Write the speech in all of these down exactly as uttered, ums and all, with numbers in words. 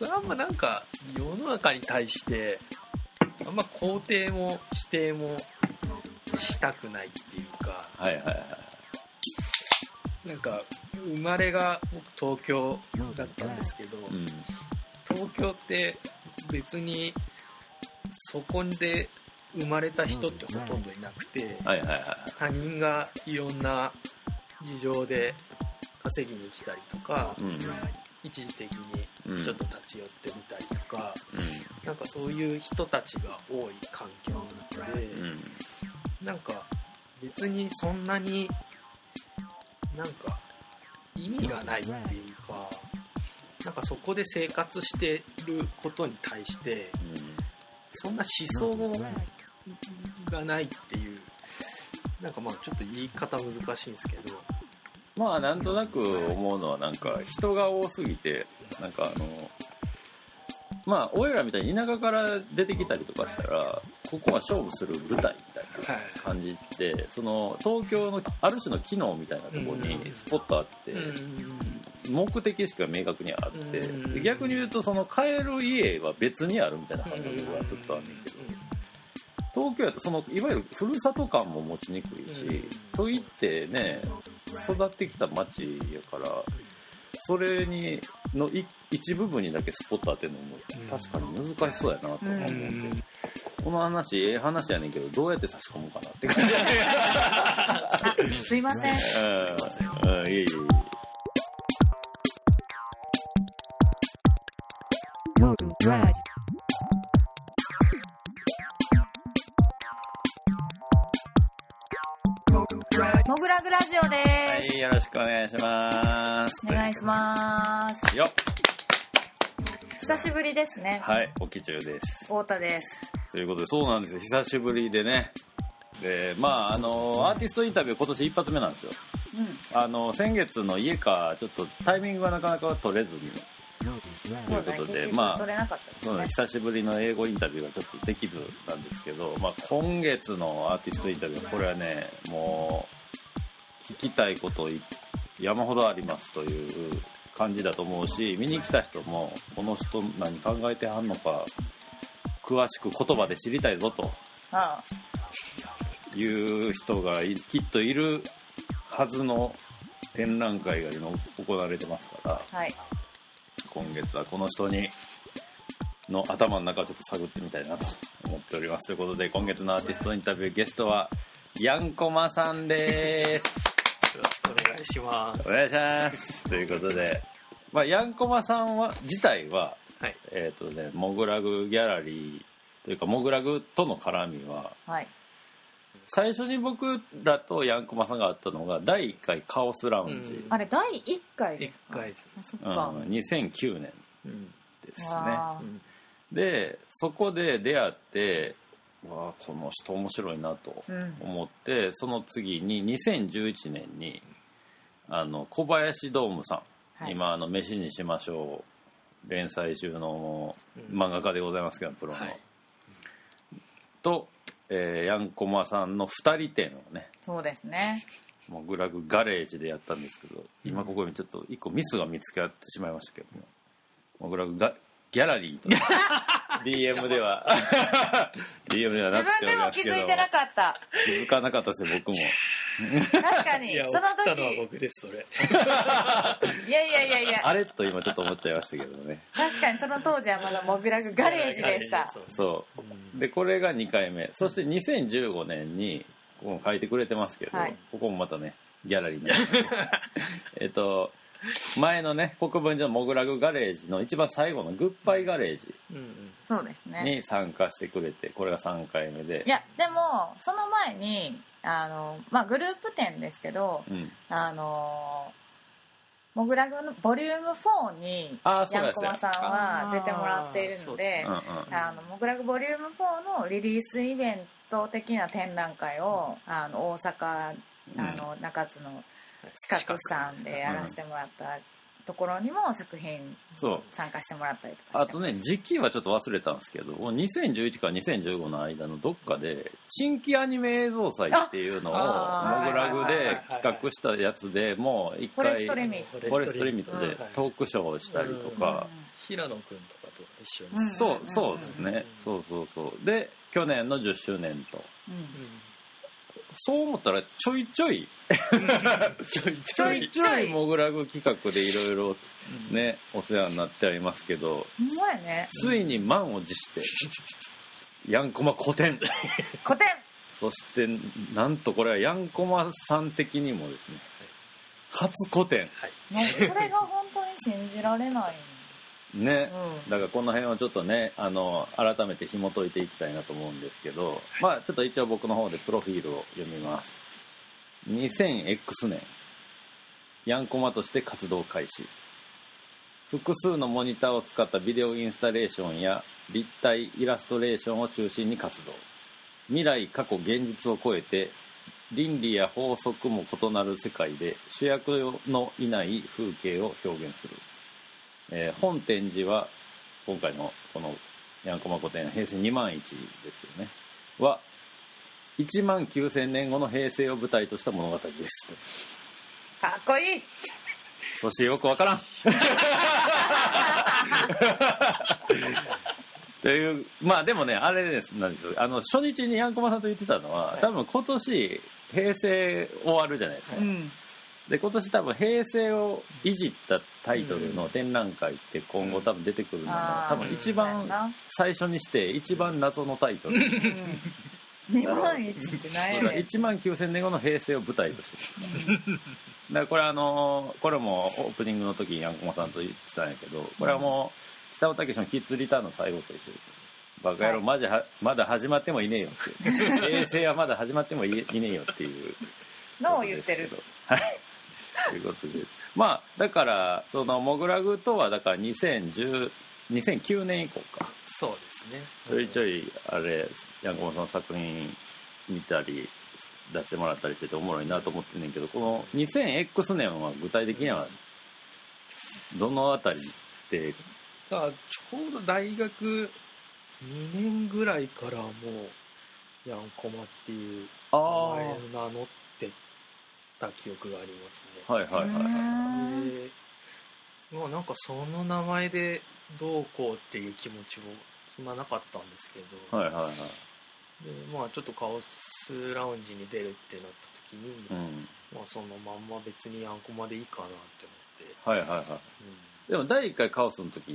僕はあんまなんか世の中に対してあんま肯定も否定もしたくないっていうか、 はいはいはい、 なんか生まれが僕東京だったんですけど、うん、東京って別にそこで生まれた人ってほとんどいなくて、はいはいはい、他人がいろんな事情で稼ぎに来たりとか、うん、一時的にちょっと立ち寄ってみたりとか、うん、なんかそういう人たちが多い環境の中で、うん、なんか別にそんなになんか意味がないっていうか、なんかそこで生活してることに対して、うん、そんな思想がないっていう、なんかまあちょっと言い方難しいんですけど、 まあなんとなく思うのは、なんか人が多すぎて、なんかあのまあ俺らみたいに田舎から出てきたりとかしたら、ここは勝負する舞台みたいな感じって、はい、その東京のある種の機能みたいなところにスポットあって、目的意識が明確にあって、で逆に言うとその買える家は別にあるみたいな感覚がずっとあるんだけど、東京やとそのいわゆるふるさと感も持ちにくいし、といってね育ってきた町やから、それにの一部分にだけスポット当てるのも確かに難しそうやなと思って、うん、この話ええ話やねんけど、どうやって差し込むかなって感じすいません、うん、すいません、うん、いえいえいえ。 モグラグラジオです。 はい、よろしくお願いします。 お願いします。 よっ。 久しぶりですね。 はい、おきちゅうです。 太田です。 ということで、そうなんですよ。久しぶりでね。で、まああのアーティストインタビュー今年一発目なんですよ。うん、あの先月の家かちょっとタイミングがなかなか取れずに。ということで、まあ、そうね、久しぶりの英語インタビューがちょっとできずなんですけど、まあ、今月のアーティストインタビューはこれはね、もう聞きたいこと山ほどありますという感じだと思うし、見に来た人もこの人何考えてはんのか詳しく言葉で知りたいぞという人がきっといるはずの展覧会が今行われてますから、はい、今月はこの人にの頭の中をちょっと探ってみたいなと思っております。ということで、今月のアーティストインタビューゲストはヤンコマさんです。 よろしくお願いします。 お願いしますということで、まあ、ヤンコマさんは自体は、はい、えっとね、モグラグギャラリーというかモグラグとの絡みは、はい、最初に僕らとヤンコマさんがあったのがだいいっかいカオスラウンジ、うん、 あれだいいっかいですか。 いっかいです、 そっか、 うん、にせんきゅうねんですね、うん、でそこで出会って、わあこの人面白いなと思って、うん、その次ににせんじゅういちねんにあの小林ドームさん、はい、今あの飯にしましょう連載中の漫画家でございますけど、プロの、はい、とえー、ヤンコマさんのふたり展をね、 そうですね、 モグラグガレージでやったんですけど、今ここにちょっと一個ミスが見つかってしまいましたけども、モグラグガギャラリーとディーエム ではディーエム ではなっておりますけど、 自分でも気づいてなかった。 気づかなかったですよ僕も。 確かに。 いや、その時送ったのは僕ですそれ。 いやいやいやいや。 あれと今ちょっと思っちゃいましたけどね。 確かにその当時はまだモグラグガレージでした。 そうで、これがにかいめ、そしてにせんじゅうごねんにここも書いてくれてますけど、はい、ここもまたねギャラリーになってえっと前のね国分寺のモグラグガレージの一番最後のグッバイガレージに参加してくれて、これがさんかいめで、 いやでもその前にあの、まあ、グループ展ですけど、うん、あのモグラグのボリュームフォーにヤンコマさんは出てもらっているので、あのモグラグボリュームフォーのリリースイベント的な展覧会をあの大阪あの中津の四角さんでやらせてもらったところにも作品参加してもらったりとかして、 あとね時期はちょっと忘れたんですけどにせんじゅういちからにせんじゅうごの間のどっかで新規アニメ映像祭っていうのをモグラグで企画したやつでもう一回フォレストリミットフォレストリミットでトークショーをしたりとか、 平野君とかと一緒に、 そうそうですね、そうそうそうで去年のじゅっしゅうねんと、うん、そう思ったらちょいちょいちょいちょいモグラグ企画でいろいろねお世話になってありますけど、 ね、 ついに満を持してヤンコマ個展個展そしてなんとこれはヤンコマさん的にもですね初個展、 はい、それが本当に信じられないね、うん、だからこの辺をちょっとねあの改めて紐解いていきたいなと思うんですけど、まあちょっと一応僕の方でプロフィールを読みます。にせんエックス 年ヤンコマとして活動開始、複数のモニターを使ったビデオインスタレーションや立体イラストレーションを中心に活動、未来過去現実を超えて倫理や法則も異なる世界で主役のいない風景を表現する。えー、本展示は今回のこのヤンコマ個展平成にまんいちですけどねはいちまんきゅうせんねんごの平成を舞台とした物語ですと。かっこいい。 そしてよくわからんというまあでもねあれですなんですよ、あの初日にヤンコマさんと言ってたのは多分今年平成終わるじゃないですか、うん、で今年多分平成をいじったタイトルの展覧会って今後多分出てくるのが、うん、多分一番最初にして一番謎のタイトル、うん、 にまんいちって何やねん。 いちまんきゅうせんねんごの平成を舞台としてですねだからこれあのこれもオープニングの時にヤンコマさんと言ってたんやけど、これはもう北尾武のキッズリターンの最後と一緒ですよ。バカ野郎、はい、マジはまだ始まってもいねえよって平成はまだ始まってもいねえよっていうのを言ってる。 はいということで、まあだからそのモグラグとはだからにせんじゅう、にせんきゅうねん以降か。 そうですね。 ちょいちょいあれヤンコマさんの作品見たり出してもらったりしてておもろいなと思ってんねんけど、この にせんエックス 年は具体的にはどのあたりで？ だからちょうど大学にねんぐらいからもうヤンコマっていう名前を名乗ってた記憶がありますね。 はいはいはい。 で、まあなんかその名前でどうこうっていう気持ちもそんななかったんですけど、 はいはいはい。 でまあちょっとカオスラウンジに出るってなった時に、うん、まあそのまんま別にヤンコマでいいかなって思って。はいはいはい。うん、でもだいいっかいカオスの時って、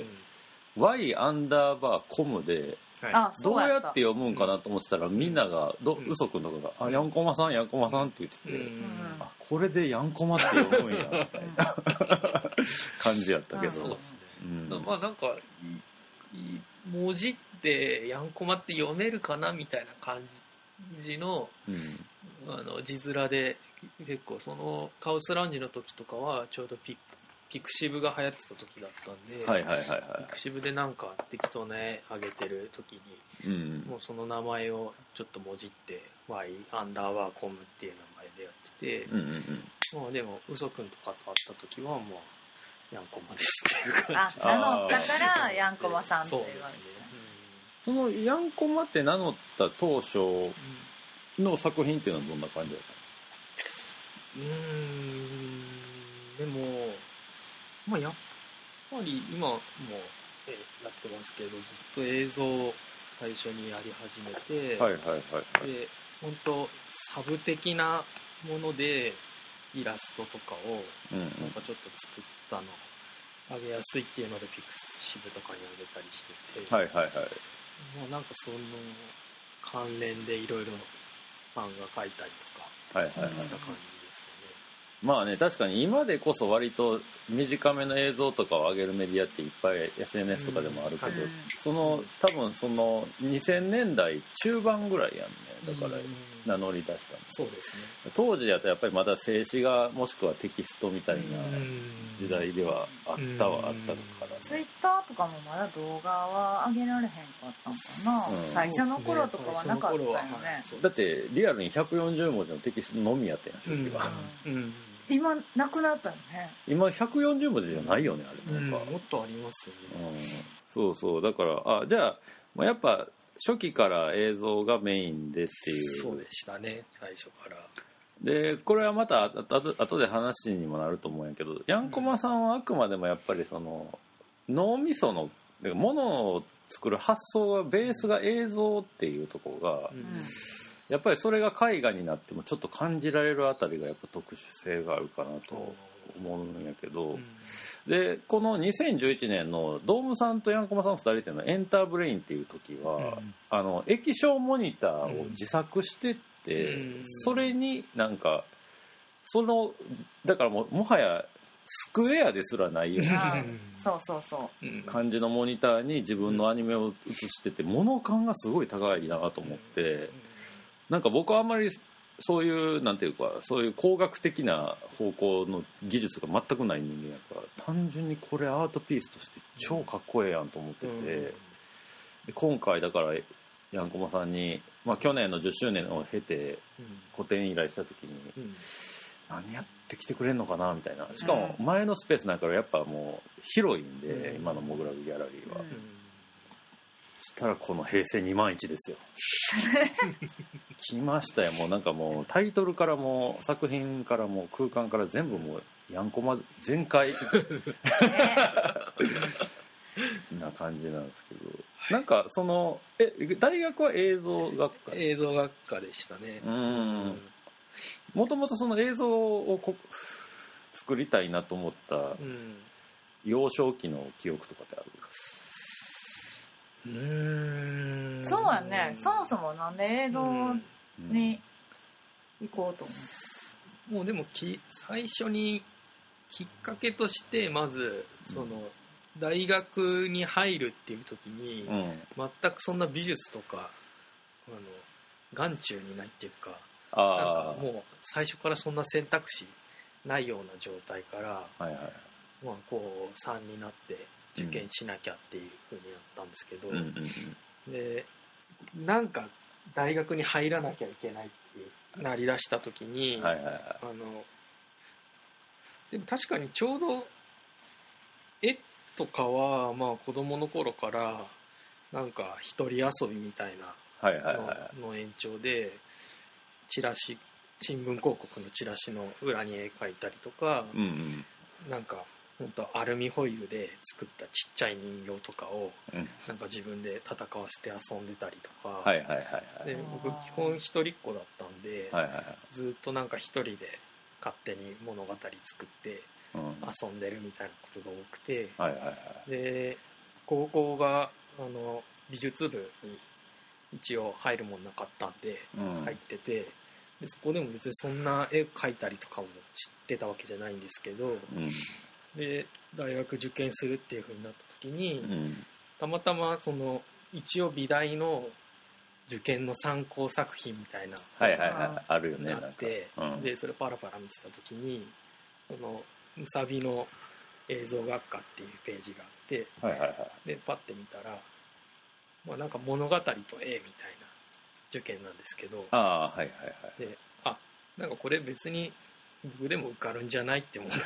うん、Y アンダーバーコムで、はい、どうやって読むんかなと思ってたら、うん、みんながど嘘くんとかが、うん、あヤンコマさんヤンコマさんって言ってて、うん、あこれでヤンコマって読むんやみたいな感じやったけど、 そうですね、うん、まあなんか文字ってヤンコマって読めるかなみたいな感じの、うん、あの字面で結構そのカオスラウンジの時とかはちょうどピッピクシブが流行ってた時だったんで、 はいはいはいはい、 ピクシブでなんか適当な絵上げてる時に、うん、もうその名前をちょっともじって Y アンダーバーコムっていう名前でやってて、うんうんうん、まあでも嘘くんとかと会った時はもうヤンコマですっていう感じで、 あ名乗ったからヤンコマさんって言われて、そうですね、 うん、そのヤンコマって名乗った当初の作品っていうのはどんな感じだったの？ うーんでもまあ、やっぱり今もやってますけどずっと映像を最初にやり始めて、 はいはいはいはい、 で本当サブ的なものでイラストとかをなんかちょっと作ったの上げやすいっていうのでピクシブとかに上げたりしてて、 はいはいはい、 もうなんかその関連でいろいろ漫画描いたりとかした感じですかね。 まあね確かに今でこそ割と短めの映像とかを上げるメディアっていっぱい エスエヌエス とかでもあるけど、うんはい、その多分そのにせんねんだい中盤ぐらいやんね、だから名乗り出したんで、 そうですね、 当時だとやっぱりまだ静止画もしくはテキストみたいな時代ではあったはあったのかな、 ツイッターとかもまだ動画は上げられへんかったんかな、うん、最初の頃とかはなかったよね、 だってリアルにひゃくよんじゅうもじのテキストのみやったやん初期は、 うんうん今なくなったよね。 今ひゃくよんじゅうもじじゃないよね、あれ。 うん、もっとありますよね、 うん、そうそう、だからあじゃあもうやっぱ初期から映像がメインでっていう。 そうでしたね、最初から。 でこれはまたあと後で話にもなると思うんやけど、ヤンコマさんはあくまでもやっぱりその脳みそのものを作る発想がベースが映像っていうところが、うん、やっぱりそれが絵画になってもちょっと感じられるあたりがやっぱ特殊性があるかなと思うんやけど、うん、でこのにせんじゅういちねんのドームさんとヤンコマさんふたりっていうのはエンターブレインっていう時は、うん、あの液晶モニターを自作してって、うん、それになんかそのだからももはやスクエアですらないようなそうそうそう感じのモニターに自分のアニメを映してて、物感がすごい高いなと思って、なんか僕はあんまりそういうなんていうかそういう工学的な方向の技術が全くない人間やから単純にこれアートピースとして超かっこええやんと思ってて、で今回だからヤンコマさんに、まあ、去年のじゅっしゅうねんを経て個展依頼した時に何やってきてくれんのかなみたいな。しかも前のスペースなんかやっぱもう広いんで、今のモグラグギャラリーは、うん、したらこの平成にまんいちですよ来ましたよ。もうなんかもうタイトルからも作品からも空間から全部もうヤンコマ全開な感じなんですけど、なんかそのえ大学は映像学科映像学科でしたね。 うん、もともとその映像をこ作りたいなと思った幼少期の記憶とかってある？ うーん、 そうやね。そもそもなんで映像に行こうと思う？ もうでもき最初にきっかけとしてまずその、うん、大学に入るっていう時に、うん、全くそんな美術とかあの眼中にないっていうか、 あなんかもう最初からそんな選択肢ないような状態から、 はいはい、 まあ、こうさんになって受験しなきゃっていう風になったんですけど、 うんうんうん、 でなんか大学に入らなきゃいけないっていうなりだした時に、 はいはいはい、 あのでも確かにちょうど絵とかはまあ子供の頃からなんか一人遊びみたいなのの延長でチラシ新聞広告のチラシの裏に絵描いたりとか、 うんうん、 なんか本当アルミホイルで作ったちっちゃい人形とかを、うん、なんか自分で戦わせて遊んでたりとか、 はいはいはいはい、 で僕基本一人っ子だったんで、 はいはいはい、 ずっとなんか一人で勝手に物語作って遊んでるみたいなことが多くて、 はいはいはい、 で高校があの美術部に一応入るもんなかったんで入ってて、うん、でそこでも別にそんな絵描いたりとかも知ってたわけじゃないんですけど、 うん、 で大学受験するっていう風になった時に、 うん、 たまたまその一応美大の受験の参考作品みたいなはいはいはい、あるよね、 あって、うん、でそれパラパラ見てた時にそのムサビの映像学科っていうページがあって、 はいはいはい、 でパッて見たら、まあ、なんか物語と絵みたいな受験なんですけど、 あ、はいはいはい、 であなんかこれ別に僕でも受かるんじゃないって思って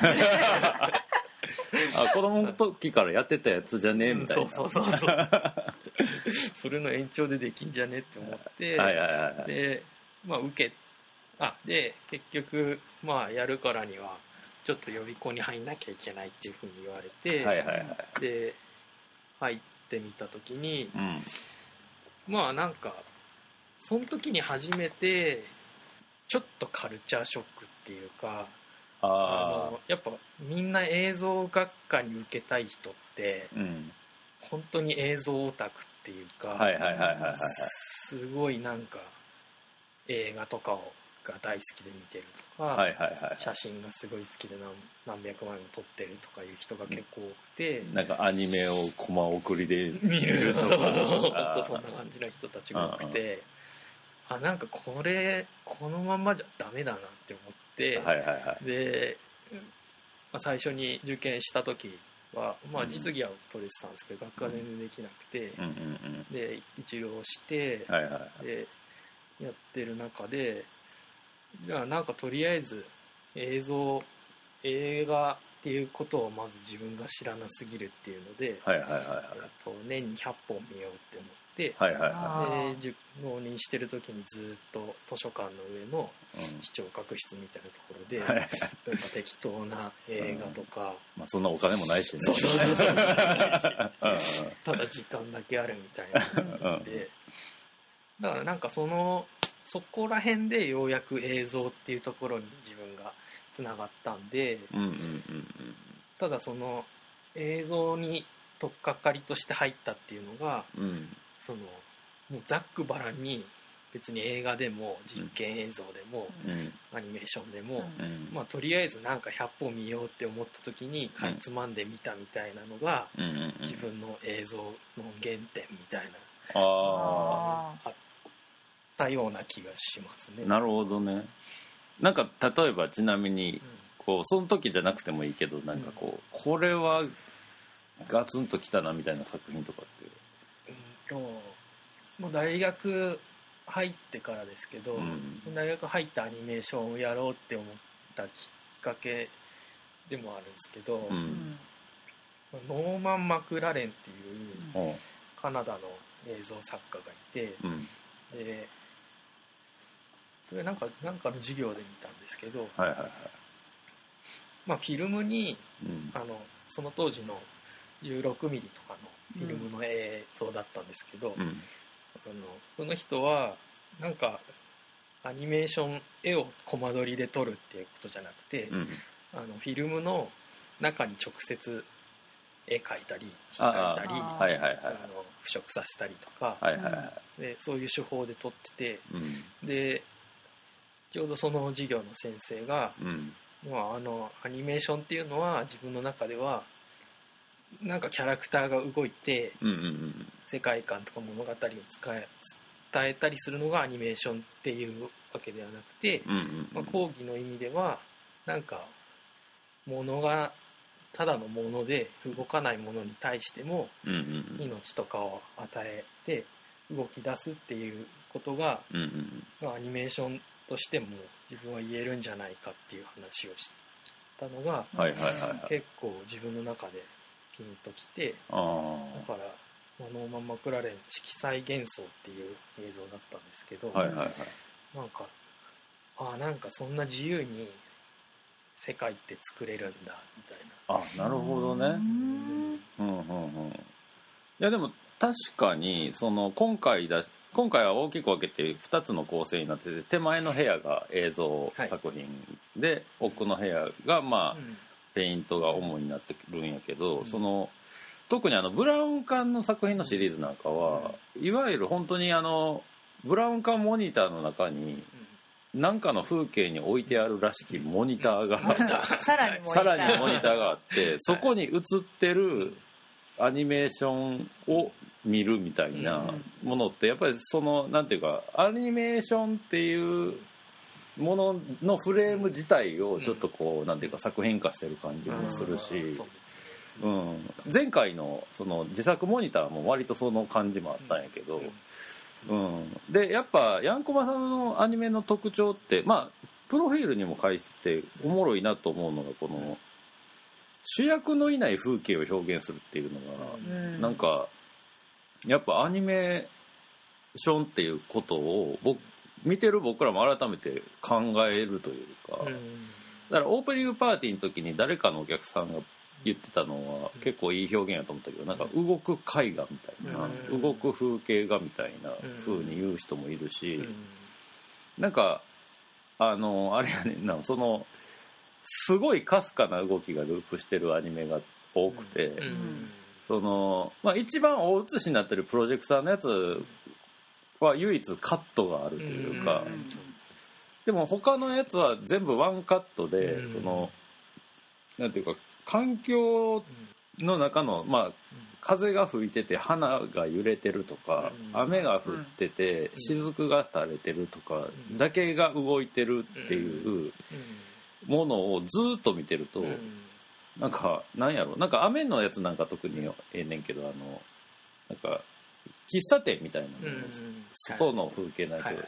あ子供の時からやってたやつじゃねえみたいな、 そうそうそうそうそれの延長でできんじゃねって思って、 はいはいはいはい、でまあ受けあで結局まあやるからにはちょっと予備校に入んなきゃいけないっていうふうに言われて、 はいはいはい、 で入ってみた時に、 うん、 まあなんかその時に初めてちょっとカルチャーショックっていうか、 ああのやっぱみんな映像学科に受けたい人って、 うん、 本当に映像オタクっていうか、 はいはいはいはいはい、 すごいなんか映画とかをが大好きで見てるとか、 はいはいはい、 写真がすごい好きで 何, 何百枚も撮ってるとかいう人が結構多くて、 なんかアニメをコマ送りで見るとか本当そんな感じの人たちが多くて、あなんかこれこのままじゃダメだなって思って、 はいはいはい、 で、まあ、最初に受験した時は、まあ、実技は取れてたんですけど、うん、学科は全然できなくて、 うんうんうん、 で一浪して、 はいはいはい、 でやってる中でじゃあなんかとりあえず映像映画っていうことをまず自分が知らなすぎるっていうので、 はいはいはいはい、 えっと年にひゃっぽん見ようって思って、 はいはいはい、で納入してる時にずっと図書館の上の視聴覚室みたいなところで、うん、なんか適当な映画とか、 うん、まあ、そんなお金もないしね、 そうそうそうそうただ時間だけあるみたいなので、だからなんかそのそこら辺でようやく映像っていうところに自分がつながったんで、 うんうんうんうん、 ただその映像に取っかかりとして入ったっていうのが、 うん、 そのもうざっくばらんに別に映画でも実験映像でも、うん、アニメーションでも、うん、まあ、とりあえずなんかひゃっぽん見ようって思った時にかいつまんで見たみたいなのが、うん、自分の映像の原点みたいな、ああったような気がしますね。 なるほどね。なんか例えばちなみにこうその時じゃなくてもいいけど、なんかこう、うん、これはガツンときたなみたいな作品とかって、 うん、ともう大学入ってからですけど、うん、大学入ってアニメーションをやろうって思ったきっかけでもあるんですけど、うん、ノーマン・マクラレンっていう、うん、カナダの映像作家がいて、うん、でそれなんかなんかの授業で見たんですけど、はいはいはい、まあ、フィルムに、うん、あのその当時のじゅうろくミリとかのフィルムの映像だったんですけど、うん、あのその人はなんかアニメーション絵をコマ撮りで撮るっていうことじゃなくて、うん、あのフィルムの中に直接絵描いたり引っ描いたり、はいはいはい、あの腐食させたりとか、はいはいはい、でそういう手法で撮ってて、うん、でちょうどその授業の先生が、うん、まあ、あのアニメーションっていうのは自分の中ではなんかキャラクターが動いて、うんうんうん、世界観とか物語を使え伝えたりするのがアニメーションっていうわけではなくて、うんうんうん、まあ、講義の意味ではなんか物がただのもので動かないものに対しても命とかを与えて動き出すっていうことが、うんうん、まあ、アニメーションとしても自分は言えるんじゃないかっていう話をしたのが、はいはいはいはい、結構自分の中でピンときて、あだからノーマン・マクラレン色彩幻想っていう映像だったんですけど、はいはいはい、なんかあなんかそんな自由に世界って作れるんだみたいな。 あ、なるほどね。うんうんうんうん。いやでも確かにその今回だ今回は大きく分けてふたつの構成になってて、手前の部屋が映像作品で、はい、奥の部屋がまあ、うん、ペイントが主になってくるんやけど、うん、その特にあのブラウン管の作品のシリーズなんかは、うん、いわゆる本当にあのブラウン管モニターの中に何かの風景に置いてあるらしきモニターが、うん、 さらにモニターさらにモニターがあってそこに映ってるアニメーションを見るみたいなものってやっぱりそのなんていうかアニメーションっていうもののフレーム自体をちょっとこうなんていうか作品化してる感じもするし、うん、前回のその自作モニターも割とその感じもあったんやけど、うん、でやっぱヤンコバさんのアニメの特徴ってまあプロフィールにも書いてておもろいなと思うのがこの主役のいない風景を表現するっていうのがなんかやっぱアニメーションっていうことを僕見てる僕らも改めて考えるというか、だからオープニングパーティーの時に誰かのお客さんが言ってたのは結構いい表現やと思ったけど、なんか動く絵画みたいな、動く風景画みたいな風に言う人もいるし、なんかあのあれやねんな、そのすごいかすかな動きがループしてるアニメが多くて、そのまあ一番大写しになってるプロジェクターのやつは唯一カットがあるというか、でも他のやつは全部ワンカットで、そのなんていうか環境の中のまあ風が吹いてて花が揺れてるとか、雨が降ってて雫が垂れてるとかだけが動いてるっていうものをずっと見てると、なんかなんやろなんか雨のやつなんか特にええねんけど、あのなんか喫茶店みたいなの、外の風景ないけど、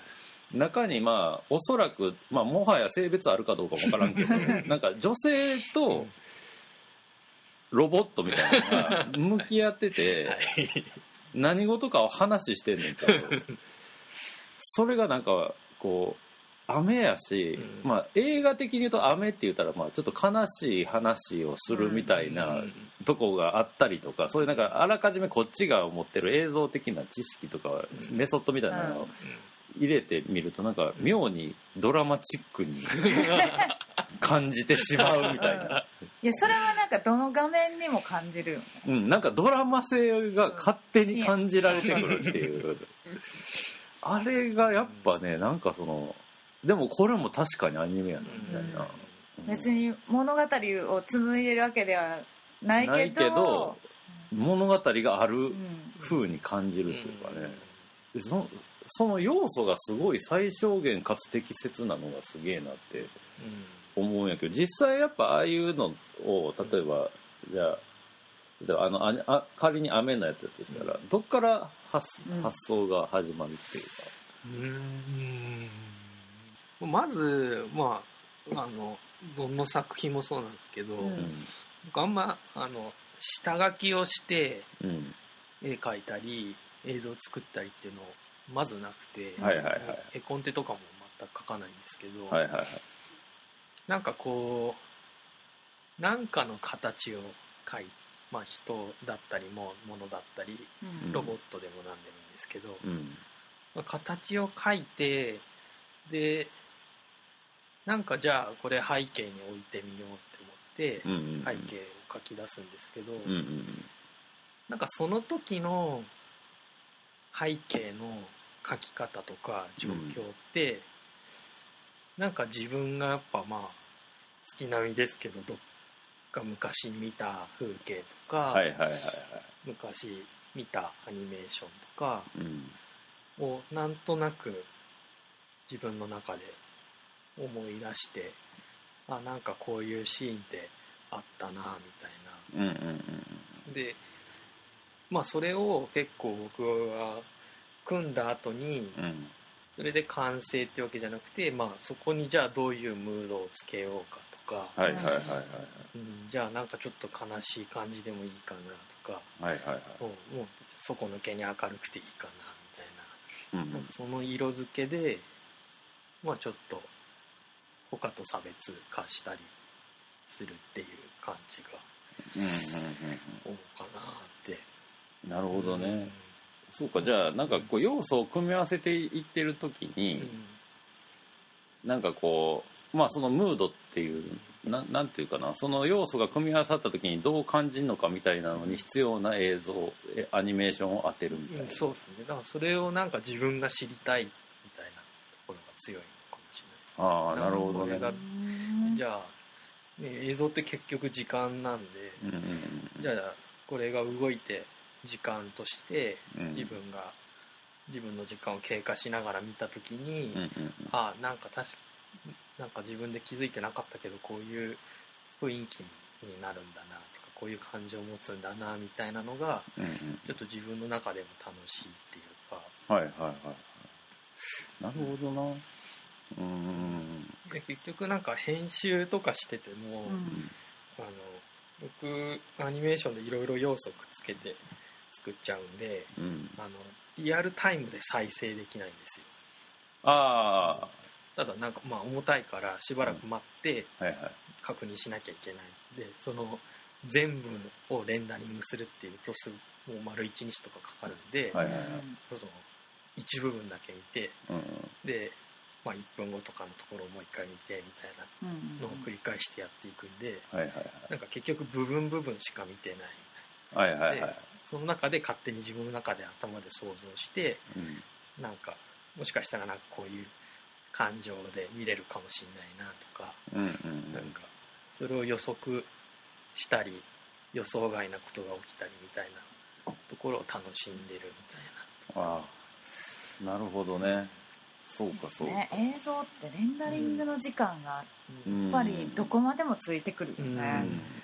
中にまあおそらく、まあ、もはや性別あるかどうかも分からんけどなんか女性とロボットみたいなのが向き合ってて、はい、何事かを話してんねんけどそれがなんかこう雨やし、うん、まあ映画的に言うと雨って言ったらまあちょっと悲しい話をするみたいなとこがあったりとか、そういうなんかあらかじめこっちが持ってる映像的な知識とかメソッドみたいなのを入れてみるとなんか妙にドラマチックに感じてしまうみたいな。 いやそれはなんかどの画面にも感じるよね。 うん、なんかドラマ性が勝手に感じられてくるっていうあれがやっぱねなんかそのでもこれも確かにアニメやなみたいな、 うん、別に物語を紡いでるわけではないけど、ないけど物語がある風に感じるというかね、うん、そ, その要素がすごい最小限かつ適切なのがすげえなって思うんやけど、実際やっぱああいうのを例えばじゃああのああ仮に雨のやつだとしたらどっから 発,、うん、発想が始まるっていうか、うーんまず、まあ、あのどの作品もそうなんですけど、うん、僕あんまあの下書きをして絵描いたり映像作ったりっていうのまずなくて、 はいはいはい、 絵コンテとかも全く描かないんですけど、 はいはいはい、 なんかこうなんかの形を描いて、まあ、人だったりも物だったり、うん、ロボットでも何でもいいんですけど、うんまあ、形を描いてでなんかじゃあこれ背景に置いてみようって思って背景を描き出すんですけど、うんうんうん、なんかその時の背景の描き方とか状況って、うん、なんか自分がやっぱまあ月並みですけどどっか昔見た風景とか、はいはいはいはい、昔見たアニメーションとかをなんとなく自分の中で思い出して、あなんかこういうシーンってあったなみたいな、うんうんうん、でまあそれを結構僕は組んだ後に、うん、それで完成ってわけじゃなくて、まあ、そこにじゃあどういうムードをつけようかとか、はいはいはいはい、うん、じゃあなんかちょっと悲しい感じでもいいかなとか、はいはいはい、もう、もう底抜けに明るくていいかなみたいな、うん、なんかその色付けでまあちょっと他と差別化したりするっていう感じが思うかなって、 うんうんうんうん、なるほどね、うん、そうかじゃあなんかこう要素を組み合わせていってる時に、うん、なんかこうまあそのムードっていう な, なんていうかなその要素が組み合わさった時にどう感じるのかみたいなのに必要な映像アニメーションを当てるみたいな、うん、 そうですね。だからそれをなんか自分が知りたいみたいなところが強いかもしれないですね。 ああなるほどね。 じゃあ、ね、映像って結局時間なんで、うんうんうん、じゃあこれが動いて時間として自分が、うん、自分の時間を経過しながら見た時に、うんうんうん、あなんか確かなんか自分で気づいてなかったけどこういう雰囲気になるんだなとかこういう感情を持つんだなみたいなのが、うんうん、ちょっと自分の中でも楽しいっていうか、はいはいはい、 なるほどな。うーんで結局なんか編集とかしてても、うん、あの僕アニメーションでいろいろ要素をくっつけて作っちゃうんで、うん、あのリアルタイムで再生できないんですよ。ああただなんかまあ重たいからしばらく待って確認しなきゃいけないで、その全部をレンダリングするっていうとすぐもう丸いちにちとかかかるんで、はいはいはい、その一部分だけ見て、うん、で、まあ、いっぷんごとかのところをもう一回見てみたいなのを繰り返してやっていくんで、はいはいはい、なんか結局部分部分しか見てない、はいはいはい、でその中で勝手に自分の中で頭で想像して、うん、なんかもしかしたらなんかこういう感情で見れるかもしれないなとか、うんうんうん、なんかそれを予測したり予想外なことが起きたりみたいなところを楽しんでるみたいな。 ああなるほどね。そうかそうか、ね、 映像ってレンダリングの時間がやっぱりどこまでもついてくるよね、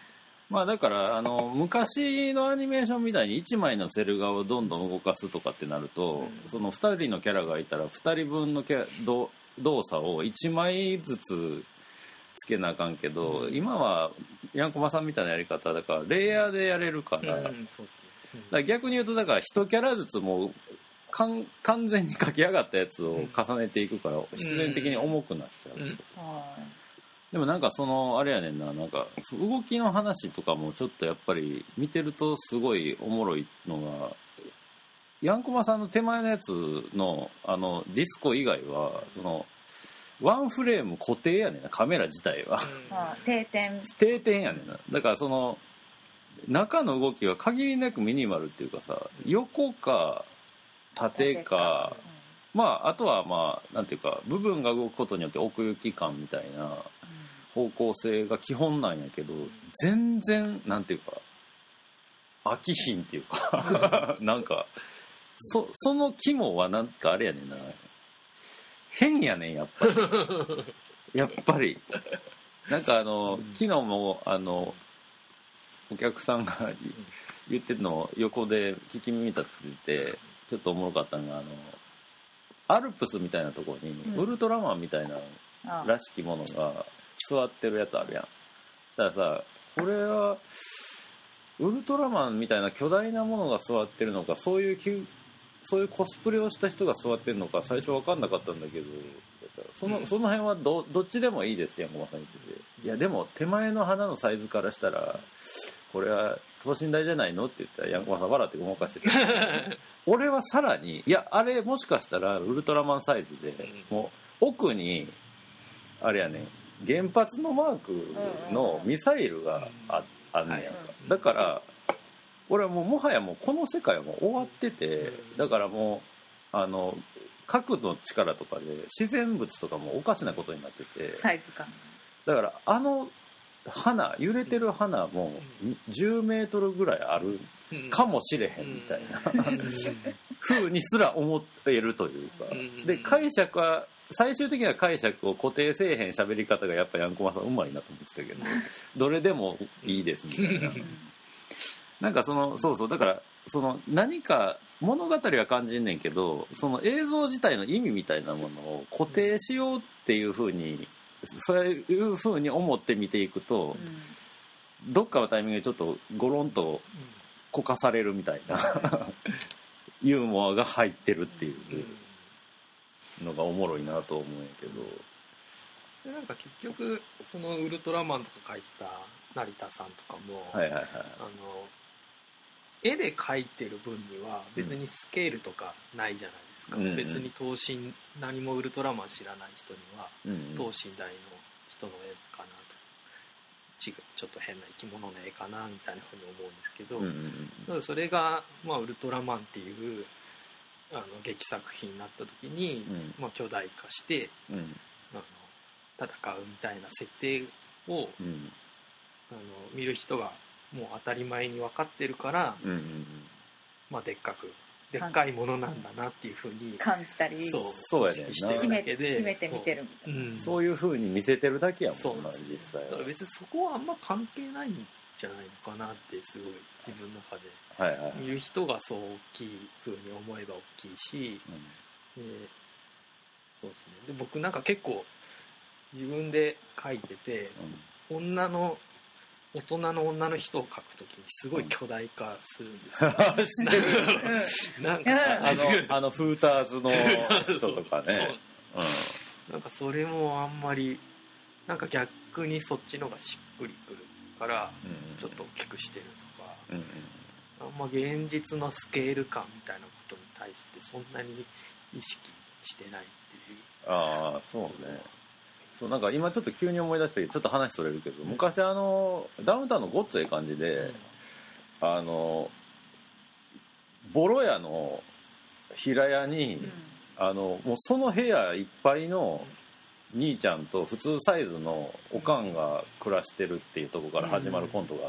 まあだからあの昔のアニメーションみたいにいちまいのセル画をどんどん動かすとかってなると、うん、そのふたりのキャラがいたらふたりぶんのキャど動作をいちまいずつつけなあかんけど、うん、今はヤンコマさんみたいなやり方だからレイヤーでやれるから、うん、そうですね、うん、だから逆に言うとだからいちキャラずつもう完全に書き上がったやつを重ねていくから必然的に重くなっちゃう、うんうん、でもなんかそのあれやねんな、なんか動きの話とかもちょっとやっぱり見てるとすごいおもろいのが、ヤンコマさんの手前のやつのあのディスコ以外はそのワンフレーム固定やねんな、カメラ自体は、 うん、定点定点やねんな。だからその中の動きは限りなくミニマルっていうかさ、横か縦か、うん、まああとはまあなんていうか部分が動くことによって奥行き感みたいな方向性が基本なんやけど、全然なんていうか飽きひんっていうかなんかそ, その肝はなんかあれやねんな、変やねんやっぱりやっぱりなんかあの昨日もあのお客さんが言ってるのを横で聞き耳立ててちょっとおもろかったのが、あのアルプスみたいなところにウルトラマンみたいならしきものが座ってるやつあるやん。そしたらさ、これはウルトラマンみたいな巨大なものが座ってるのか、そういうそういうコスプレをした人が座ってるのか最初分かんなかったんだけど、その、その辺は ど, どっちでもいいですってヤンコマさん言ってて、いやでも手前の花のサイズからしたらこれは等身大じゃないのって言ったらヤンコマさん笑ってごまかしてて俺はさらにいやあれもしかしたらウルトラマンサイズでもう奥にあれやね、原発のマークのミサイルが あ, あんねやんか。だから俺はもうもはやもうこの世界はもう終わってて、だからもうあの核の力とかで自然物とかもおかしなことになってて、 サイズ感だからあの花揺れてる花もじゅうメートルぐらいあるかもしれへんみたいな風にすら思っているというか、で解釈は最終的な解釈を固定せえへん喋り方がやっぱヤンコマさんうまいなと思ってたけどどれでもいいですみたいななんかそのそうそうだからその何か物語は感じんねんけど、その映像自体の意味みたいなものを固定しようっていう風にそういう風に思って見ていくと、うん、どっかのタイミングでちょっとゴロンとこかされるみたいなユーモアが入ってるっていうのがおもろいなと思うんやけど、 でなんか結局そのウルトラマンとか描いてた成田さんとかも、 はいはいはい、 あの絵で描いてる分には別にスケールとかないじゃないですか、うん、別に等身何もウルトラマン知らない人には、うん、等身大の人の絵かなと、ちょっと変な生き物の絵かなみたいなふうに思うんですけど、うん、だからそれが、まあ、ウルトラマンっていうあの劇作品になった時に、うんまあ、巨大化して、うん、あの戦うみたいな設定を、うん、あの見る人がもう当たり前に分かってるから、うんうんうんまあ、でっかくでっかいものなんだなっていうふうに感じたり、 そうそうやねんな、 決め、決めて見てるみたいな、 そう、うん、そういうふうに見せてるだけやもんな、 実際は。だから別にそこはあんま関係ないんじゃないのかなってすごい自分の中で、はいはい、見る人がそう大きいふうに思えば大きいし、うん、でそうですね。で僕なんか結構自分で描いてて、うん、女の大人の女の人を描くときにすごい巨大化するんですよ、 うん、なんかあのあのフーターズの人とかねそう、 うん、なんかそれもあんまりなんか逆にそっちのがしっくりくるからちょっと大きくしてるとか、うんうん、あんま現実のスケール感みたいなことに対してそんなに意識してないっていう。 ああそうね。そうなんか今ちょっと急に思い出したけどちょっと話それるけど、昔あのダウンタウンのごっつええ感じで、うん、あのボロ屋の平屋に、うん、あのもうその部屋いっぱいの兄ちゃんと普通サイズのおかんが暮らしてるっていうところから始まるコントがあって、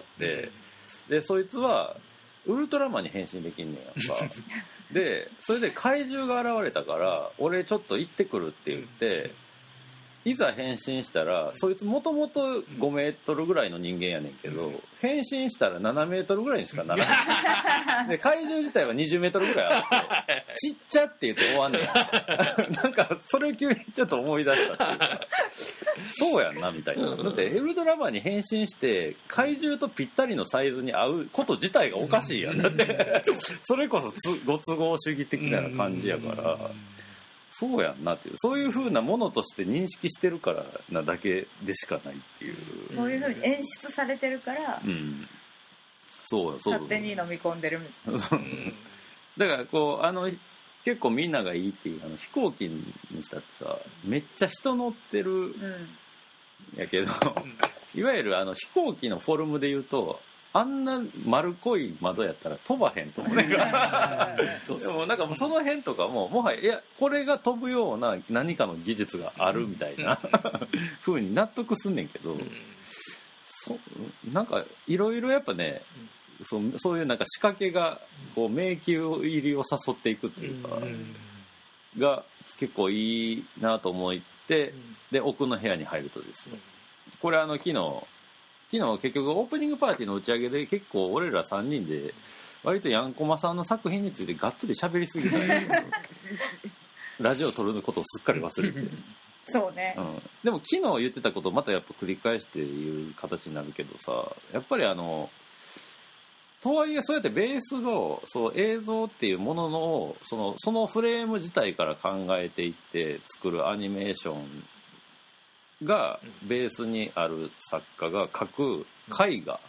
うん、でそいつはウルトラマンに変身できんねんやんかでそれで怪獣が現れたから俺ちょっと行ってくるって言っていざ変身したらそいつもともとごメートルぐらいの人間やねんけど、変身したらななメートルぐらいにしかならないで怪獣自体はにじゅうメートルぐらいあってちっちゃって言って終わんねんなんかそれを急にちょっと思い出したっていうかそうやんなみたいな。だってウルトラマンに変身して怪獣とぴったりのサイズに合うこと自体がおかしいやん。だってそれこそつご都合主義的な感じやからそうやんなっていう、そういう風なものとして認識してるからなだけでしかないっていう、 そういう風に演出されてるから、 うん、そうそう勝手に飲み込んでるみたいなだからこうあの結構みんながいいっていうあの飛行機にしたってさめっちゃ人乗ってる、うん、やけどいわゆるあの飛行機のフォルムで言うとあんな丸っこい窓やったら飛ばへんと思うねんからでもなんかもうその辺とかももはやいやこれが飛ぶような何かの技術があるみたいな風に納得すんねんけど、そなんかいろいろやっぱねそう、そういうなんか仕掛けがこう迷宮入りを誘っていくっていうかが結構いいなと思ってで奥の部屋に入るとですよ、これあの昨日昨日結局オープニングパーティーの打ち上げで結構俺らさんにんで割とヤンコマさんの作品についてがっつり喋りすぎたラジオを撮ることをすっかり忘れてそうね、 うん、でも昨日言ってたことをまたやっぱ繰り返して言う形になるけどさやっぱりあのとはいえそうやってベースのそう映像っていうもののそのそのフレーム自体から考えていって作るアニメーションがベースにある作家が描く絵画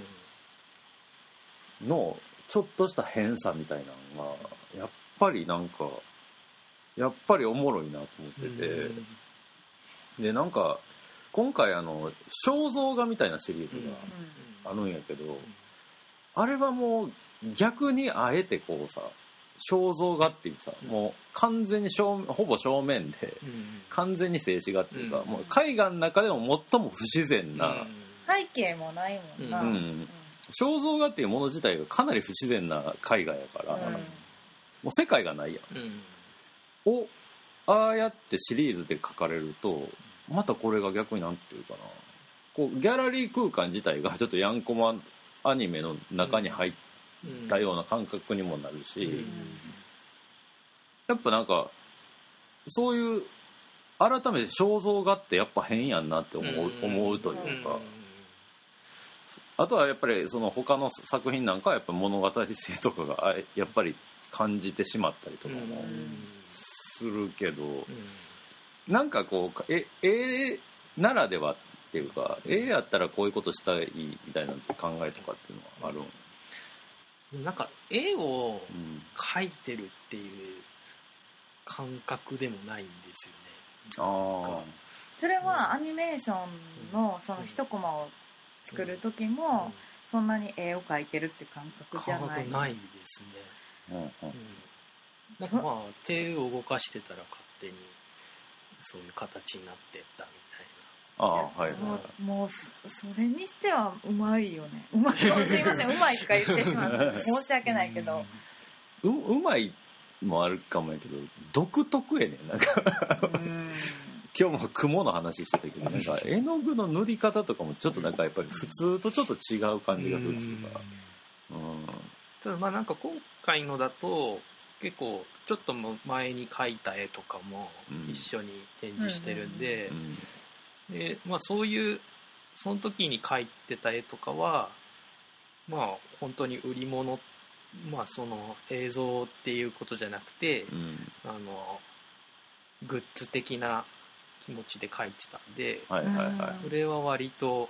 のちょっとした変さみたいなのがやっぱりなんかやっぱりおもろいなと思ってて、でなんか今回あの肖像画みたいなシリーズがあるんやけど、あれはもう逆にあえてこうさ肖像画っていうさ、もう完全に正ほぼ正面で完全に静止画っていうか、もう絵画の中でも最も不自然な、 背景もないもんな、うん、 肖像画っていうもの自体がかなり不自然な絵画やから、うん、もう世界がないやん、うん、をああやってシリーズで描かれるとまたこれが逆になんていうかな、こうギャラリー空間自体がちょっとヤンコマアニメの中に入ったような感覚にもなるし、うん、やっぱなんかそういう改めて肖像画ってやっぱ変やんなって思う、うん、思うというか、あとはやっぱりその他の作品なんかはやっぱ物語性とかがやっぱり感じてしまったりとかもするけど、うん、なんかこうえ絵ならではっていうか絵やったらこういうことしたいみたいな考えとかっていうのはあるん？ なんか絵を描いてるっていう感覚でもないんですよね。 あそれはアニメーションのその一コマを作る時もそんなに絵を描いてるって感覚じゃない？ 感覚ないですね、うんうん、なんかまあ手を動かしてたら勝手にそういう形になってったみたいな。 ああはいはい、 もう、もうそれにしてはうまいよね。うまい、すいません、うまいとか言ってしまって申し訳ないけど、 う, うまいもあるかもやけど独特やねんなんかうん今日も雲の話してたけどなんか絵の具の塗り方とかもちょっとなんかやっぱり普通とちょっと違う感じがするんですよ。うんただまあなんか今回のだと結構ちょっと前に描いた絵とかも一緒に展示してるんで、うんうんでまあ、そういうその時に描いてた絵とかはまあ本当に売り物、まあ、その映像っていうことじゃなくて、うん、あのグッズ的な気持ちで描いてたんで、はいはいはい、それは割と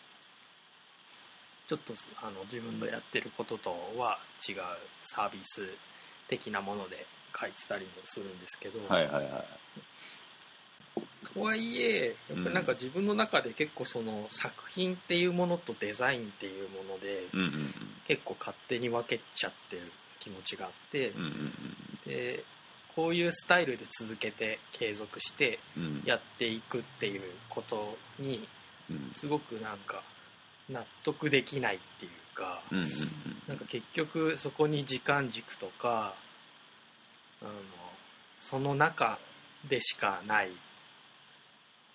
ちょっとあの自分のやってることとは違うサービス的なもので描いてたりもするんですけど、はいはいはいとはいえやっぱりなんか自分の中で結構その作品っていうものとデザインっていうもので結構勝手に分けちゃってる気持ちがあってでこういうスタイルで続けて継続してやっていくっていうことにすごくなんか納得できないっていうかなんか結局そこに時間軸とかあのその中でしかない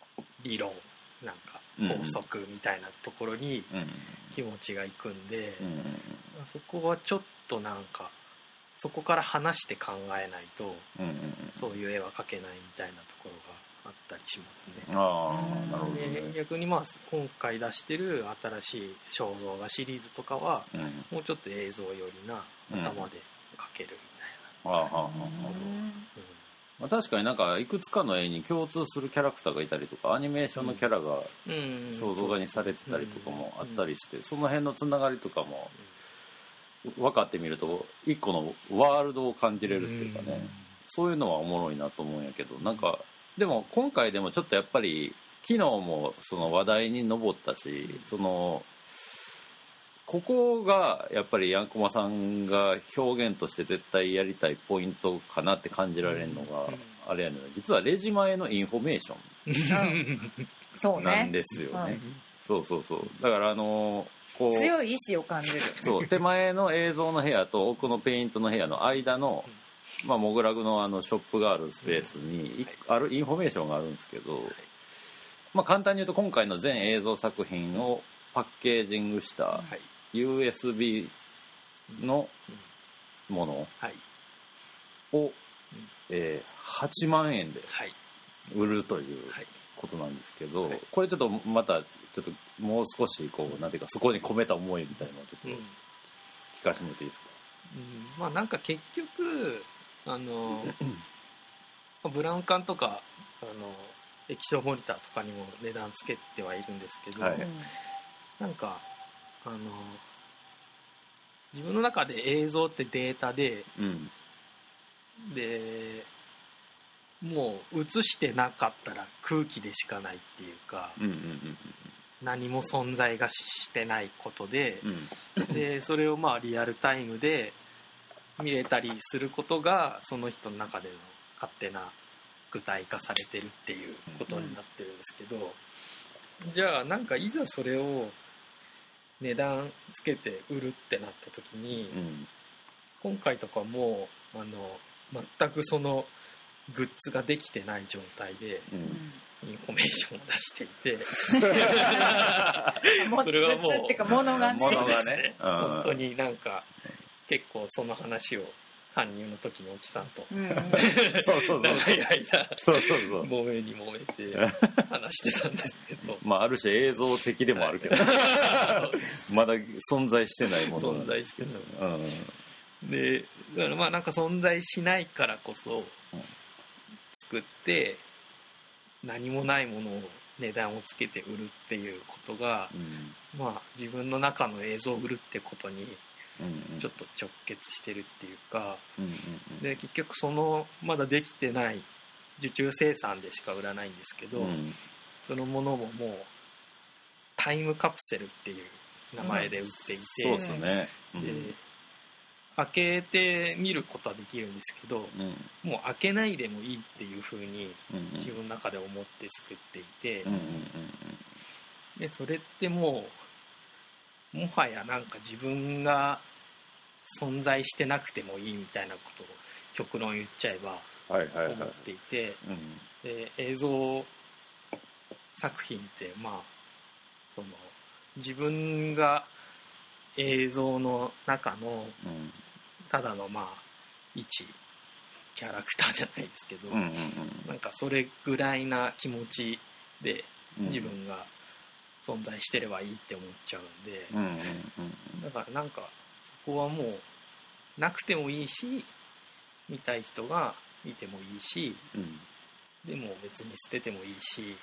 理論なんか法則みたいなところに気持ちがいくんで、うんうんうん、そこはちょっとなんかそこから話して考えないと、うんうんうん、そういう絵は描けないみたいなところがあったりしますね。 あー、なるほどね。 で逆にまあ今回出してる新しい肖像画シリーズとかは、うん、もうちょっと映像寄りな頭で描けるみたいな、うん、あーはーはーはー、 まあ、確かになんかいくつかの絵に共通するキャラクターがいたりとかアニメーションのキャラが肖像画にされてたりとかもあったりして、その辺のつながりとかも分かってみると一個のワールドを感じれるっていうかね、そういうのはおもろいなと思うんやけど、なんかでも今回でもちょっとやっぱり昨日もその話題に上ったし、そのここがやっぱりヤンコマさんが表現として絶対やりたいポイントかなって感じられるのがあれやねん、実はレジ前のインフォメーションなんですよね。そうそうそう。だからあのこう強い意志を感じる。 そう手前の映像の部屋と奥のペイントの部屋の間の、まあ、モグラグのあのショップがあるスペースにあるインフォメーションがあるんですけど、まあ、簡単に言うと今回の全映像作品をパッケージングしたユーエスビー のものを、えー、はちまんえんで売るということなんですけど、これちょっとまたちょっともう少しこうなんていうかそこに込めた思いみたいなのをちょっと聞かせてもらっていいですか。 うん、まあなんか結局あのブラウン管とかあの液晶モニターとかにも値段つけてはいるんですけど、はい、なんかあの自分の中で映像ってデータで、うん、でもう映してなかったら空気でしかないっていうか、うんうんうんうん、何も存在がしてないことで、うん、でそれをまあリアルタイムで見れたりすることがその人の中での勝手な具体化されてるっていうことになってるんですけど、うん、じゃあなんかいざそれを値段つけて売るってなった時に、うん、今回とかもあの全くそのグッズができてない状態でインフォメーションを出していて、うん、それはもうってか物がね、 物がね本当になんか結構その話を搬入の時に沖さんと、うん、そうそうそう長い間そうそうそう揉めに揉めて話してたんですけどまあある種映像的でもあるけどまだ存在してないもの存在してない、うん、でだからまあなんか存在しないからこそ作って何もないものを値段をつけて売るっていうことが、うん、まあ自分の中の映像を売るってことにちょっと直結してるっていうか、うんうんうん、で結局そのまだできてない受注生産でしか売らないんですけど、うん、そのものももうタイムカプセルっていう名前で売っていて、 そうですね、うん、 で開けてみることはできるんですけど、うん、もう開けないでもいいっていう風に自分の中で思って作っていて、うんうんうん、でそれってもうもはやなんか自分が存在してなくてもいいみたいなことを極論言っちゃえば思っていて、で映像作品ってまあその自分が映像の中のただのまあ一キャラクターじゃないですけど、うんうんうん、なんかそれぐらいな気持ちで自分が存在してればいいって思っちゃうんで、うんうんうんうん、だからなんかそこはもうなくてもいいし見たい人が見てもいいし、うん、でも別に捨ててもいいし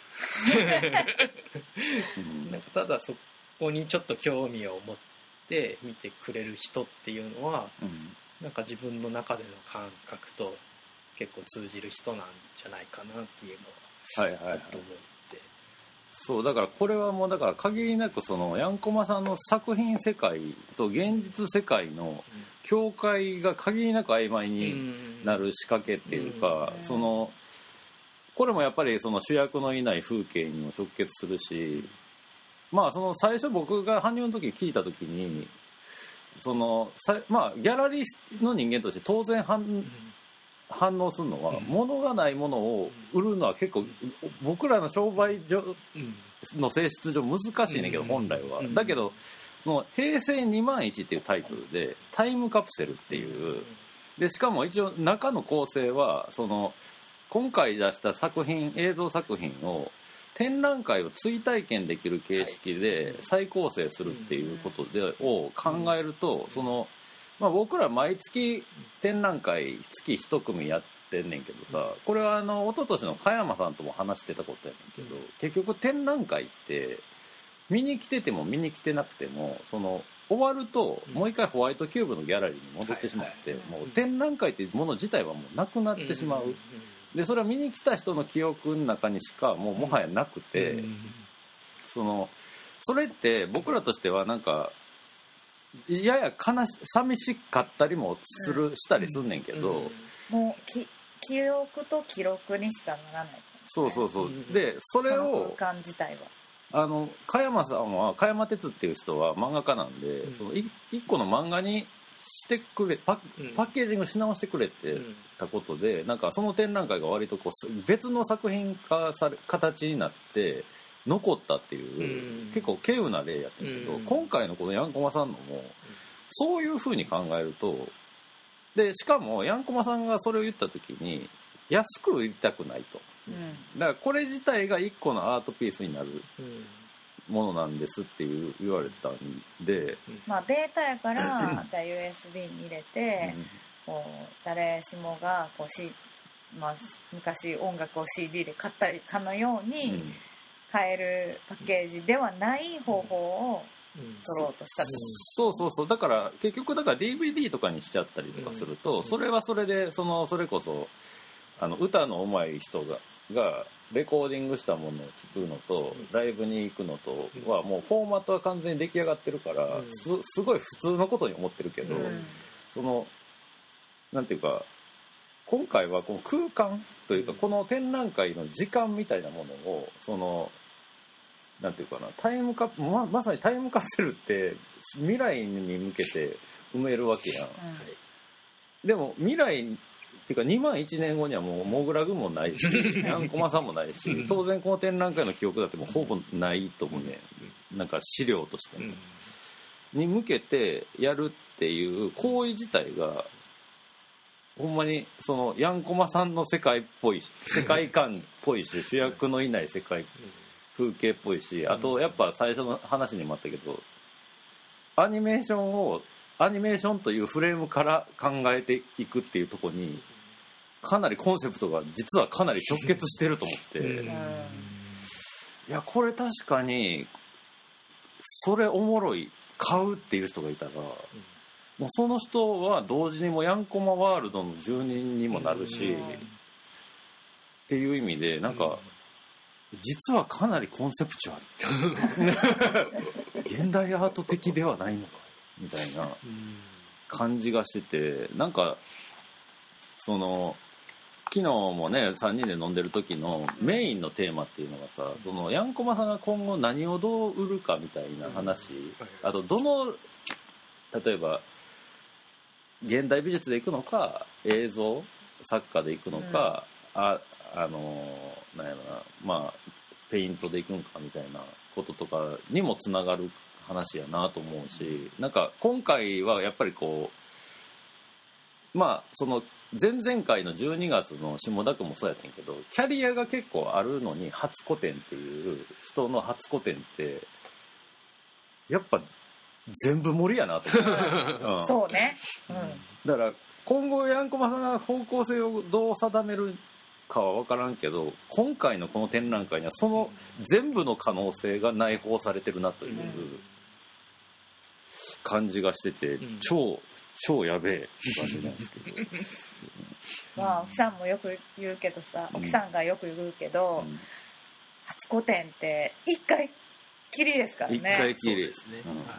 なんかただそこにちょっと興味を持って見てくれる人っていうのは、うん、なんか自分の中での感覚と結構通じる人なんじゃないかなっていうのは、はいはいはい、と思って、 そうだからこれはもうだから限りなくそのヤンコマさんの作品世界と現実世界の境界が限りなく曖昧になる仕掛けっていうか、そのこれもやっぱりその主役のいない風景にも直結するし、まあその最初僕が搬入の時に聞いた時にそのまあギャラリーの人間として当然はん反応するのは、うん、物がないものを売るのは結構僕らの商売上の性質上難しいねんけど、本来は、うん、だけどその平成にまんいちっていうタイトルでタイムカプセルっていうで、しかも一応中の構成はその今回出した作品映像作品を展覧会を追体験できる形式で再構成するっていうことでを考えると、その、まあ、僕ら毎月展覧会月一組やってんねんけどさ、これはあの一昨年の加山さんとも話してたことやねんけど、結局展覧会って見に来てても見に来てなくてもその終わるともう一回ホワイトキューブのギャラリーに戻ってしまって、もう展覧会っていうもの自体はもうなくなってしまう。でそれは見に来た人の記憶の中にしかもうもはやなくて、そのそれって僕らとしてはなんかやや悲し寂しかったりもする、うん、したりすんねんけど、 うん、もうき記憶と記録にしかならない、ね、 そうそうそう。でそれを空間自体はあの加山さんは加山哲っていう人は漫画家なんで、うん、その一個の漫画にしてくれ パ, パッケージングし直してくれてたことで、うん、なんかその展覧会が割とこう別の作品化され形になって残ったっていう、うん、結構稀有な例やってるけど、うん、今回のこのヤンコマさんのも、うん、そういう風に考えると、でしかもヤンコマさんがそれを言った時に安く売りたくないと、うん、だからこれ自体が一個のアートピースになる、うんものなんですっていう言われたんで、 まあ、データやからじゃあ ユーエスビー に入れて、うん、こう誰しもがこう、C まあ、昔音楽を シーディー で買ったかのように買えるパッケージではない方法を取ろうとした、うん、 そうそうそう。だから結局だから ディーブイディー とかにしちゃったりとかすると、うん、それはそれでそのそれこそあの歌の上手い人ががレコーディングしたものを聞くのとライブに行くのとはもうフォーマットは完全に出来上がってるから す, すごい普通のことに思ってるけど、うん、そのなんていうか今回はこの空間というかこの展覧会の時間みたいなものをそのなんていうかなタイムカ ま, まさにタイムカプセルって未来に向けて埋めるわけやん、うん、でも未来っていうかにまんいちねんごにはもうモグラグもないしヤンコマさんもないし当然この展覧会の記憶だってもうほぼないと思うね、なんか資料としてもに向けてやるっていう行為自体がほんまにそのヤンコマさんの世界っぽい世界観っぽいし主役のいない世界風景っぽいし、あとやっぱ最初の話にもあったけどアニメーションをアニメーションというフレームから考えていくっていうところにかなりコンセプトが実はかなり直結してると思って、うん、いやこれ確かにそれおもろい買うっていう人がいたら、うん、もうその人は同時にもヤンコマワールドの住人にもなるし、うん、っていう意味でなんか、うん、実はかなりコンセプチュアル現代アート的ではないのかみたいな感じがしてて、なんかその昨日もねさんにんで飲んでる時のメインのテーマっていうのがさ、そのヤンコマさんが今後何をどう売るかみたいな話、あとどの例えば現代美術でいくのか映像作家でいくのか、うん、ああのなんやろなまあペイントでいくのかみたいなこととかにもつながる話やなと思うし、なんか今回はやっぱりこうまあその前々回のじゅうにがつの下田区もそうやったんやけどキャリアが結構あるのに初個展っていう人の初個展ってやっぱ全部盛りやなと思って、 うん、そうね、うん、 だから今後ヤンコマさんが方向性をどう定めるかは分からんけど今回のこの展覧会にはその全部の可能性が内包されてるなという感じがしてて、うん、超超やべえ感じなんですけどまあ奥さんもよく言うけどさ、奥さんがよく言うけど、うん、初個展って一回きりですからね。 一回きりですね、うんはい、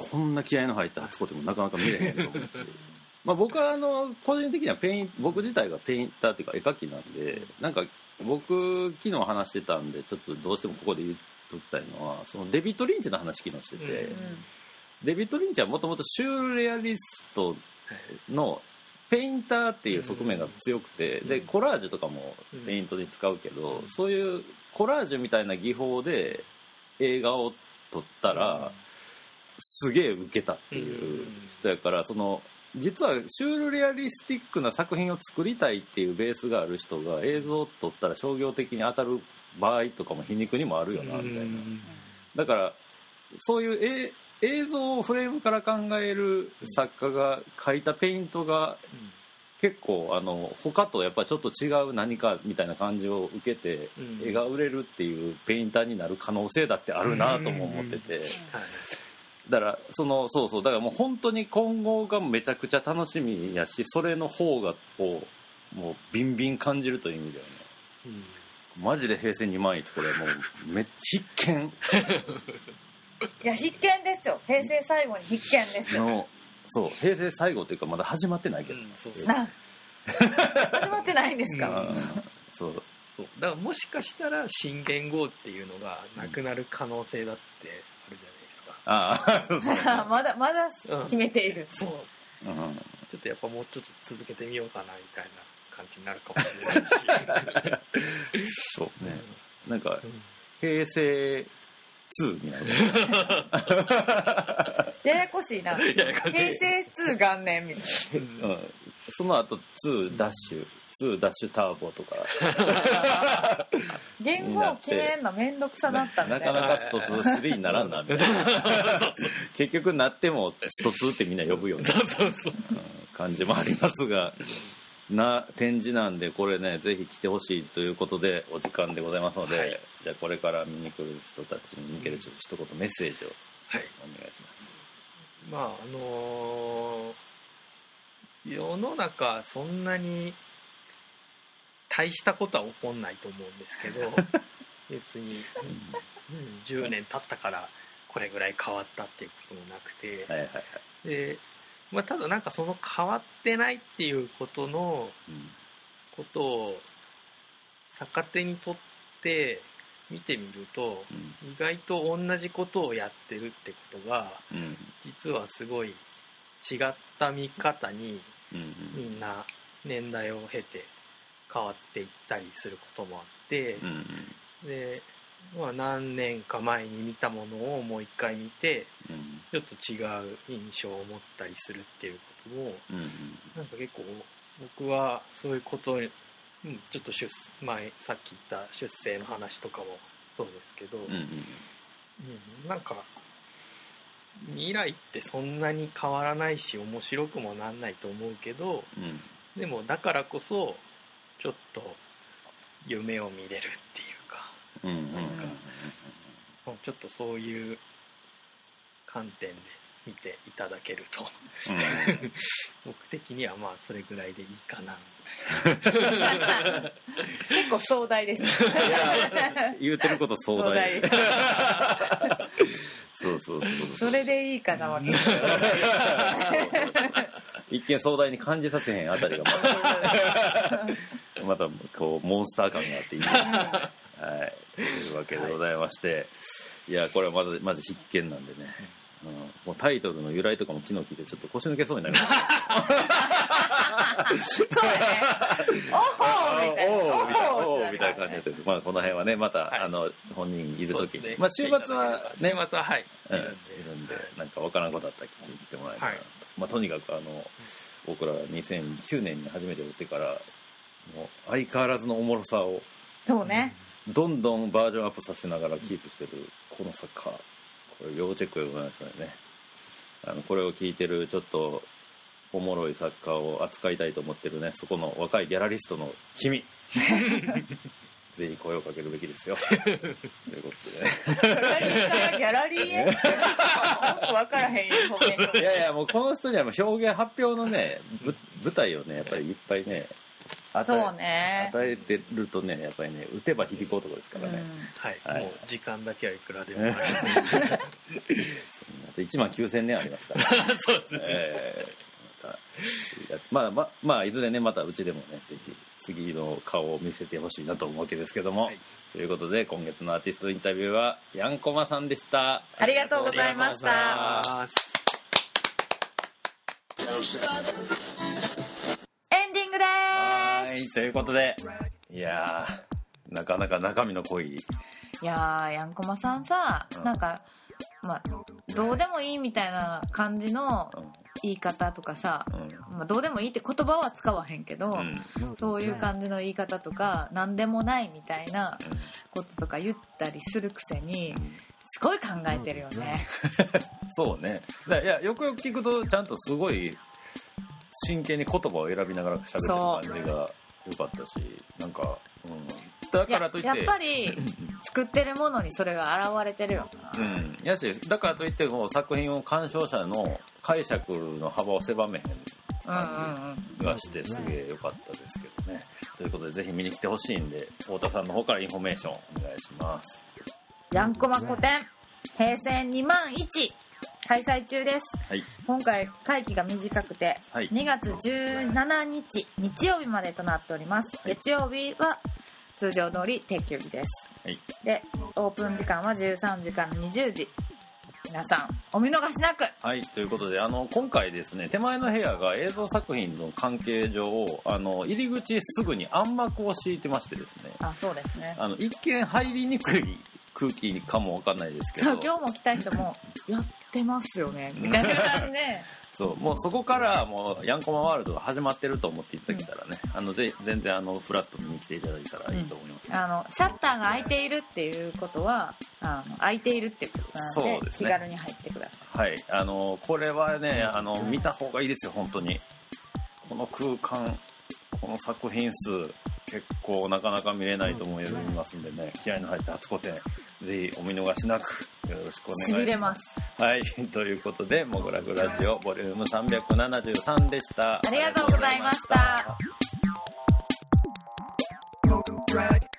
こんな気合いの入った初個展もなかなか見れへんと思ってまあ僕はあの個人的にはペイン僕自体がペインターっていうか絵描きなんで、なんか僕昨日話してたんでちょっとどうしてもここで言っときたいのはそのデビッド・リンチの話昨日してて、うん、デビッド・リンチはもともとシューレアリストのペインターっていう側面が強くて、うん、でコラージュとかもペイントに使うけど、うん、そういうコラージュみたいな技法で映画を撮ったらすげえウケたっていう人やから、その実はシュールレアリスティックな作品を作りたいっていうベースがある人が映像を撮ったら商業的に当たる場合とかも皮肉にもあるよなみたいな。だからそういう映像をフレームから考える作家が描いたペイントが結構あの他とやっぱりちょっと違う何かみたいな感じを受けて絵が売れるっていうペインターになる可能性だってあるなとも思ってて、だからそのそうそうだからもう本当に今後がめちゃくちゃ楽しみやし、それの方がこうもうビンビン感じるという意味ではね、うん、マジで平成にまんいちこれもうめ必見いや必見ですよ。平成最後に必見ですよのそう平成最後というかまだ始まってないけど、うん、そうそう始まってないんですか、うん、 そうそうだからもしかしたら新元号っていうのがなくなる可能性だってあるじゃないですか、うん、 ああまだまだ決めている、 うん、そう、うん、ちょっとやっぱもうちょっと続けてみようかなみたいな感じになるかもしれないしそうね、うん、なんか、うん、平成にになるややこしいな平成に元年みたいな、うん、 その後にダッシュにダッシュターボとか言語を決めんのめんどくさだったみたいな、 なかなかストツースリーにならんなみたいな結局なってもストツーってみんな呼ぶような感じもありますがな展示なんでこれねぜひ来てほしいということでお時間でございますので、はい、じゃあこれから見に来る人たちに向けるちょっと一言メッセージをお願いします。 まああのー、世の中そんなに大したことは起こんないと思うんですけど別に、うん、じゅうねん経ったからこれぐらい変わったっていうこともなくて、はいはいはい、でまあ、ただなんかその変わってないっていうことのことを逆手にとって見てみると、意外と同じことをやってるってことが実はすごい違った見方にみんな年代を経て変わっていったりすることもあって、でまあ、何年か前に見たものをもう一回見て、うん、ちょっと違う印象を持ったりするっていうことも、うんうん、なんか結構僕はそういうことに、うん、ちょっと出前さっき言った出生の話とかもそうですけど、うんうんうん、なんか未来ってそんなに変わらないし面白くもなんないと思うけど、うん、でもだからこそちょっと夢を見れるっていううんうん、なんかちょっとそういう観点で見ていただけると、うん、僕的にはまあそれぐらいでいいかなみたいな結構壮大ですいや言うてること壮大ですそうそうそうそうそれでいいかなわけ一見壮大に感じさせへんあたりがまた、またこうモンスター感があっていいですねはい、というわけでございまして、はい、いやこれはまずまず必見なんでね、うん、もうタイトルの由来とかも昨日聞いてちょっと腰抜けそうになりましたそうねおほみたいなおほみたいな感じで、まあこの辺はねまた、はい、あの本人いる時に、ね、まあ週末はね週末ははい、 うん、いるんでなんかわからんことあったら聞きに来てもらえたらなと、はい、まあとにかくあの僕らにせんきゅうねんに初めて売ってからもう相変わらずのおもろさをそうね、 どんどんバージョンアップさせながらキープしてるこのサッカー、これ要チェックでございますのでね、あのこれを聞いてるちょっとおもろいサッカーを扱いたいと思ってるねそこの若いギャラリストの君ぜひ声をかけるべきですよということでねギャラリーへよく分からへんよいやいやもうこの人にはもう表現発表のね舞台をねやっぱりいっぱいね与え、 そうね、 与えてるとねやっぱりね打てば響く男ですからね、 うん、はい、はい、もう時間だけはいくらでもいちまんきゅうせんねんありますからそうですね、 えー、まあまあまあいずれねまたうちでもねぜひ次の顔を見せてほしいなと思うわけですけども、はい、ということで今月のアーティストインタビューはヤンコマさんでした。 ありがとうございました。 はいということでいやーなかなか中身の濃いいやーやんこまさんさ、うん、なんかまあどうでもいいみたいな感じの言い方とかさ、うんまあ、どうでもいいって言葉は使わへんけど、うん、そういう感じの言い方とか何でもないみたいなこととか言ったりするくせにすごい考えてるよねそうねだいやよくよく聞くとちゃんとすごい真剣に言葉を選びながら喋ってる感じが良かったしなんか、うん、だからといってや, やっぱり作ってるものにそれが現れてるよな、 うん、やしだからといってこう作品を鑑賞者の解釈の幅を狭めへん感じがしてすげえ良かったですけどね、ということでぜひ見に来てほしいんで太田さんの方からインフォメーションお願いします。 やんこま個展平成にまんいち開催中です、はい、今回会期が短くて、はい、にがつじゅうしちにち日曜日までとなっております、はい、月曜日は通常通り定休日です、はい、でオープン時間はじゅうさんじからにじゅうじ皆さんお見逃しなく。 はいということであの今回ですね手前の部屋が映像作品の関係上あの入り口すぐに暗幕を敷いてましてですねあそうですねあの一見入りにくい空気かもわかんないですけど今日も来た人もやってますよねみたいな感じでそうもうそこからもうヤンコマワールドが始まってると思っていただけたらね、うん、あのぜ全然あのフラット見に来ていただいたらいいと思います、ねうん、あのシャッターが開いているっていうことはあの開いているっていうことなの で, そうです、ね、気軽に入ってください。はいあのこれはねあの見た方がいいですよ本当に。この空間この作品数結構なかなか見れないと思いますんでね気合の入った初個展ぜひお見逃しなくよろしくお願いします。 しびれます。 はいということでもぐらぐラジオボリュームさんびゃくななじゅうさんでした。 ありがとうございました。